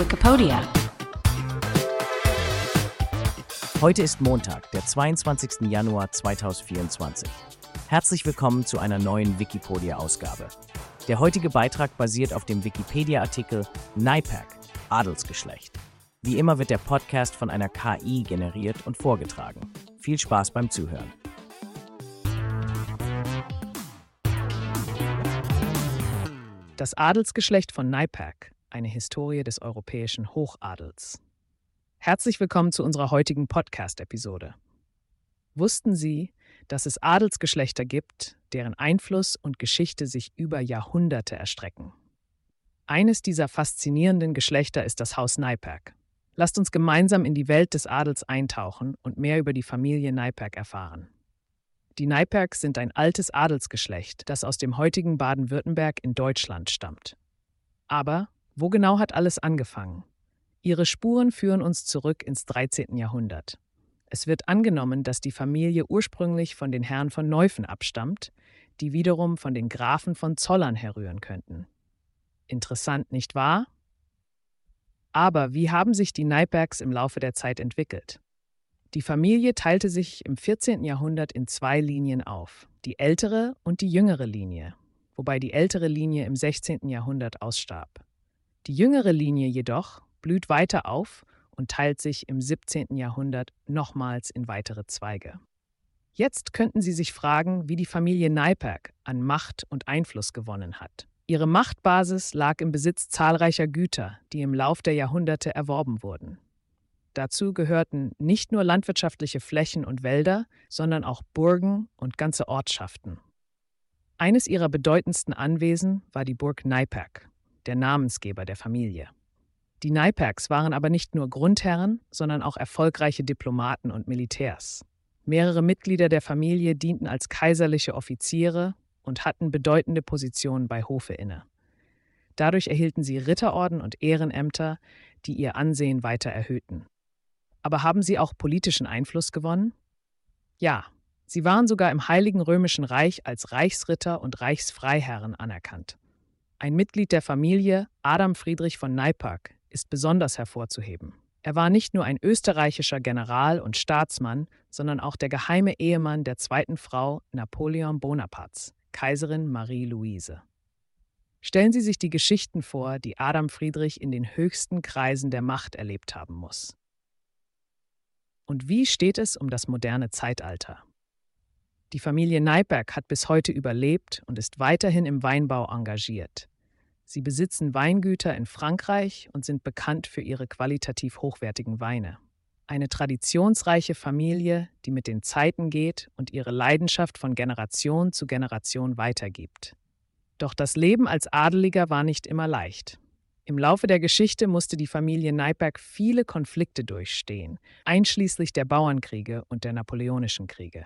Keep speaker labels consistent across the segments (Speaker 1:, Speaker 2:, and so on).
Speaker 1: Wikipedia.
Speaker 2: Heute ist Montag, der 22. Januar 2024. Herzlich willkommen zu einer neuen Wikipedia-Ausgabe. Der heutige Beitrag basiert auf dem Wikipedia-Artikel NAIPAC, Adelsgeschlecht. Wie immer wird der Podcast von einer KI generiert und vorgetragen. Viel Spaß beim Zuhören.
Speaker 3: Das Adelsgeschlecht von NAIPAC, eine Historie des europäischen Hochadels. Herzlich willkommen zu unserer heutigen Podcast-Episode. Wussten Sie, dass es Adelsgeschlechter gibt, deren Einfluss und Geschichte sich über Jahrhunderte erstrecken? Eines dieser faszinierenden Geschlechter ist das Haus NAIPAC. Lasst uns gemeinsam in die Welt des Adels eintauchen und mehr über die Familie NAIPAC erfahren. Die NAIPAC sind ein altes Adelsgeschlecht, das aus dem heutigen Baden-Württemberg in Deutschland stammt. Aber wo genau hat alles angefangen? Ihre Spuren führen uns zurück ins 13. Jahrhundert. Es wird angenommen, dass die Familie ursprünglich von den Herren von Neuffen abstammt, die wiederum von den Grafen von Zollern herrühren könnten. Interessant, nicht wahr? Aber wie haben sich die NAIPACs im Laufe der Zeit entwickelt? Die Familie teilte sich im 14. Jahrhundert in zwei Linien auf, die ältere und die jüngere Linie, wobei die ältere Linie im 16. Jahrhundert ausstarb. Die jüngere Linie jedoch blüht weiter auf und teilt sich im 17. Jahrhundert nochmals in weitere Zweige. Jetzt könnten Sie sich fragen, wie die Familie NAIPAC an Macht und Einfluss gewonnen hat. Ihre Machtbasis lag im Besitz zahlreicher Güter, die im Lauf der Jahrhunderte erworben wurden. Dazu gehörten nicht nur landwirtschaftliche Flächen und Wälder, sondern auch Burgen und ganze Ortschaften. Eines ihrer bedeutendsten Anwesen war die Burg NAIPAC, der Namensgeber der Familie. Die NAIPACs waren aber nicht nur Grundherren, sondern auch erfolgreiche Diplomaten und Militärs. Mehrere Mitglieder der Familie dienten als kaiserliche Offiziere und hatten bedeutende Positionen bei Hofe inne. Dadurch erhielten sie Ritterorden und Ehrenämter, die ihr Ansehen weiter erhöhten. Aber haben sie auch politischen Einfluss gewonnen? Ja, sie waren sogar im Heiligen Römischen Reich als Reichsritter und Reichsfreiherren anerkannt. Ein Mitglied der Familie, Adam Friedrich von NAIPAC, ist besonders hervorzuheben. Er war nicht nur ein österreichischer General und Staatsmann, sondern auch der geheime Ehemann der zweiten Frau Napoleon Bonapartes, Kaiserin Marie-Louise. Stellen Sie sich die Geschichten vor, die Adam Friedrich in den höchsten Kreisen der Macht erlebt haben muss. Und wie steht es um das moderne Zeitalter? Die Familie NAIPAC hat bis heute überlebt und ist weiterhin im Weinbau engagiert. Sie besitzen Weingüter in Frankreich und sind bekannt für ihre qualitativ hochwertigen Weine. Eine traditionsreiche Familie, die mit den Zeiten geht und ihre Leidenschaft von Generation zu Generation weitergibt. Doch das Leben als Adeliger war nicht immer leicht. Im Laufe der Geschichte musste die Familie NAIPAC viele Konflikte durchstehen, einschließlich der Bauernkriege und der Napoleonischen Kriege.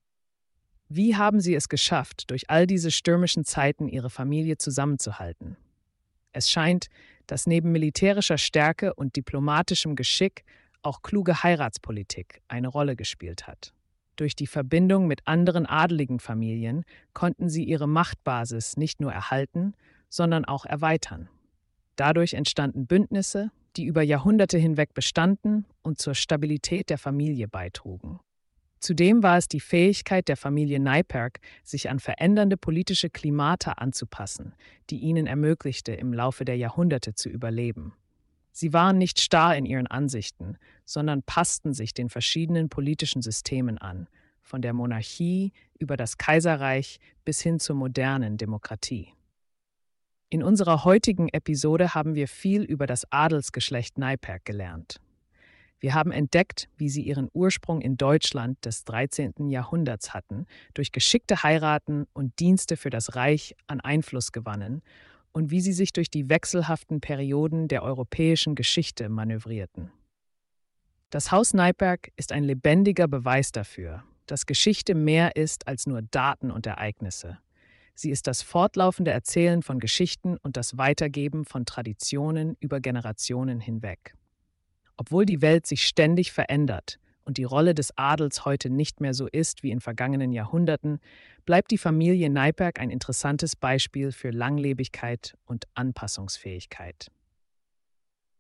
Speaker 3: Wie haben sie es geschafft, durch all diese stürmischen Zeiten ihre Familie zusammenzuhalten? Es scheint, dass neben militärischer Stärke und diplomatischem Geschick auch kluge Heiratspolitik eine Rolle gespielt hat. Durch die Verbindung mit anderen adeligen Familien konnten sie ihre Machtbasis nicht nur erhalten, sondern auch erweitern. Dadurch entstanden Bündnisse, die über Jahrhunderte hinweg bestanden und zur Stabilität der Familie beitrugen. Zudem war es die Fähigkeit der Familie NAIPAC, sich an verändernde politische Klimata anzupassen, die ihnen ermöglichte, im Laufe der Jahrhunderte zu überleben. Sie waren nicht starr in ihren Ansichten, sondern passten sich den verschiedenen politischen Systemen an, von der Monarchie über das Kaiserreich bis hin zur modernen Demokratie. In unserer heutigen Episode haben wir viel über das Adelsgeschlecht NAIPAC gelernt. Wir haben entdeckt, wie sie ihren Ursprung in Deutschland des 13. Jahrhunderts hatten, durch geschickte Heiraten und Dienste für das Reich an Einfluss gewannen und wie sie sich durch die wechselhaften Perioden der europäischen Geschichte manövrierten. Das Haus NAIPAC ist ein lebendiger Beweis dafür, dass Geschichte mehr ist als nur Daten und Ereignisse. Sie ist das fortlaufende Erzählen von Geschichten und das Weitergeben von Traditionen über Generationen hinweg. Obwohl die Welt sich ständig verändert und die Rolle des Adels heute nicht mehr so ist wie in vergangenen Jahrhunderten, bleibt die Familie NAIPAC ein interessantes Beispiel für Langlebigkeit und Anpassungsfähigkeit.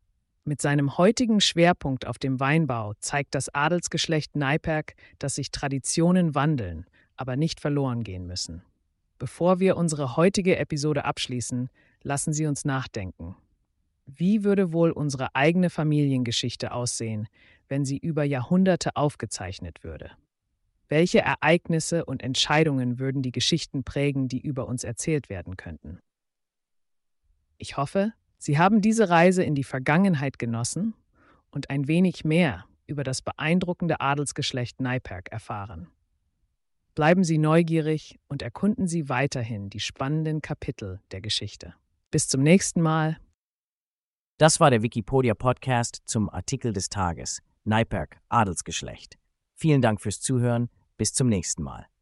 Speaker 3: Mit seinem heutigen Schwerpunkt auf dem Weinbau zeigt das Adelsgeschlecht Nijperk, dass sich Traditionen wandeln, aber nicht verloren gehen müssen. Bevor wir unsere heutige Episode abschließen, lassen Sie uns nachdenken. Wie würde wohl unsere eigene Familiengeschichte aussehen, wenn sie über Jahrhunderte aufgezeichnet würde? Welche Ereignisse und Entscheidungen würden die Geschichten prägen, die über uns erzählt werden könnten? Ich hoffe, Sie haben diese Reise in die Vergangenheit genossen und ein wenig mehr über das beeindruckende Adelsgeschlecht Nijperk erfahren. Bleiben Sie neugierig und erkunden Sie weiterhin die spannenden Kapitel der Geschichte. Bis zum nächsten Mal.
Speaker 2: Das war der Wikipedia-Podcast zum Artikel des Tages, Nijperk, Adelsgeschlecht. Vielen Dank fürs Zuhören, bis zum nächsten Mal.